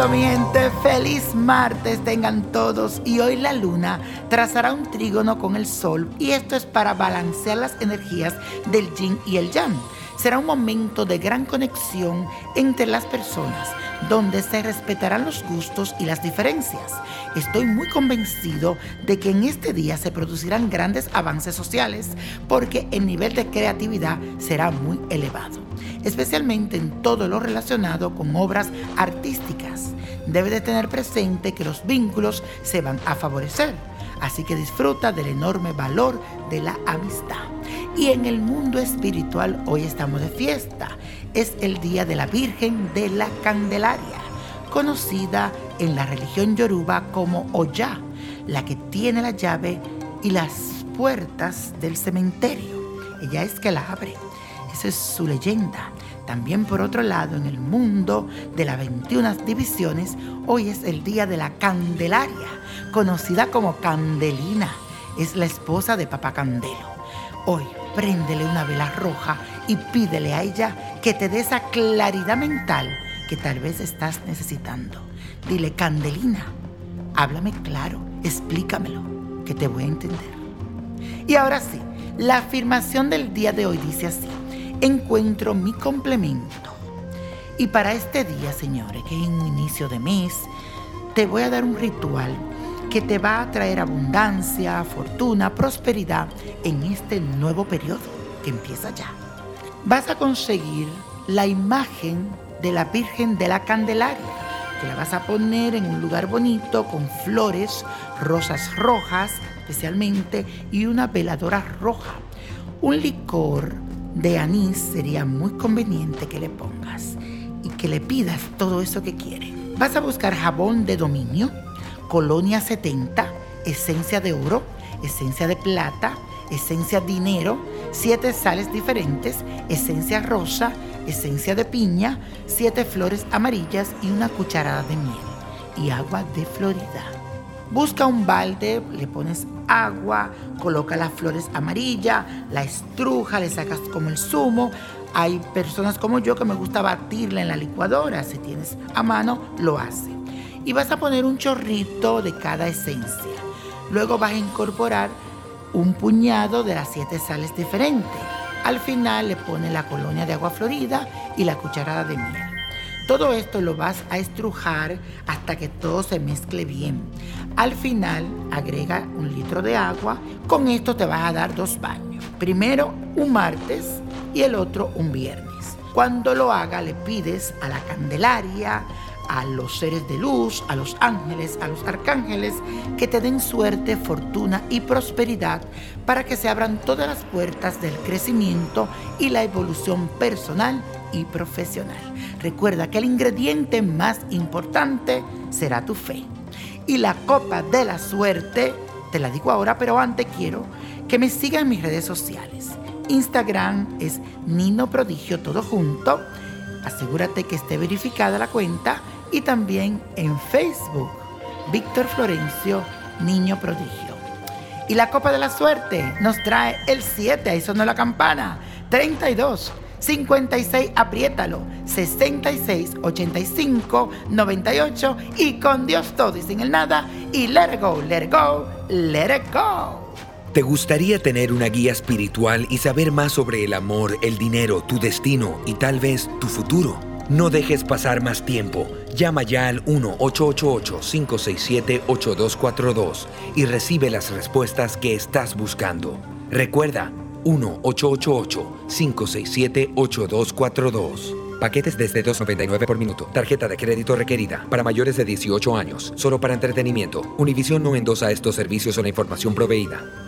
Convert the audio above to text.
eso, mi gente, feliz martes tengan todos. Y hoy la luna trazará un trígono con el sol, y esto es para balancear las energías del yin y el yang. Será un momento de gran conexión entre las personas, donde se respetarán los gustos y las diferencias. Estoy muy convencido de que en este día se producirán grandes avances sociales, porque el nivel de creatividad será muy elevado, especialmente en todo lo relacionado con obras artísticas. Debe de tener presente que los vínculos se van a favorecer, así que disfruta del enorme valor de la amistad. Y en el mundo espiritual hoy estamos de fiesta. Es el día de la Virgen de la Candelaria, conocida en la religión yoruba como Oya, la que tiene la llave y las puertas del cementerio. Ella es que la abre. Esa es su leyenda. También, por otro lado, en el mundo de las 21 divisiones, hoy es el día de la Candelaria, conocida como Candelina. Es la esposa de Papá Candelo. Hoy, préndele una vela roja y pídele a ella que te dé esa claridad mental que tal vez estás necesitando. Dile: Candelina, háblame claro, explícamelo, que te voy a entender. Y ahora sí, la afirmación del día de hoy dice así: encuentro mi complemento. Y para este día, señores, que es un inicio de mes, te voy a dar un ritual que te va a traer abundancia, fortuna, prosperidad en este nuevo periodo que empieza ya. Vas a conseguir la imagen de la Virgen de la Candelaria, que la vas a poner en un lugar bonito con flores, rosas rojas especialmente, y una veladora roja. Un licor de anís sería muy conveniente que le pongas y que le pidas todo eso que quiere. Vas a buscar jabón de dominio, colonia 70, esencia de oro, esencia de plata, esencia dinero, 7 sales diferentes, esencia rosa, esencia de piña, 7 flores amarillas y una cucharada de miel y agua de Florida. Busca un balde, le pones agua, coloca las flores amarillas, la estruja, le sacas como el zumo. Hay personas como yo que me gusta batirla en la licuadora. Si tienes a mano, lo hace. Y vas a poner un chorrito de cada esencia. Luego vas a incorporar un puñado de las 7 sales diferentes. Al final le pones la colonia de agua florida y la cucharada de miel. Todo esto lo vas a estrujar hasta que todo se mezcle bien. Al final agrega 1 litro de agua. Con esto te vas a dar 2 baños. Primero un martes y el otro un viernes. Cuando lo haga, le pides a la Candelaria, a los seres de luz, a los ángeles, a los arcángeles, que te den suerte, fortuna y prosperidad para que se abran todas las puertas del crecimiento y la evolución personal y profesional. Recuerda que el ingrediente más importante será tu fe. Y la copa de la suerte, te la digo ahora, pero antes quiero que me sigan en mis redes sociales. Instagram es Nino Prodigio, todo junto. Asegúrate que esté verificada la cuenta. Y también en Facebook, Víctor Florencio, Niño Prodigio. Y la copa de la suerte nos trae el 7, ahí sonó la campana, 32, 56, apriétalo, 66, 85, 98, y con Dios todo y sin el nada, y let it go, let it go, let it go. ¿Te gustaría tener una guía espiritual y saber más sobre el amor, el dinero, tu destino y tal vez tu futuro? No dejes pasar más tiempo. Llama ya al 1-888-567-8242 y recibe las respuestas que estás buscando. Recuerda, 1-888-567-8242. Paquetes desde $2.99 por minuto. Tarjeta de crédito requerida para mayores de 18 años. Solo para entretenimiento. Univision no endosa estos servicios o la información proveída.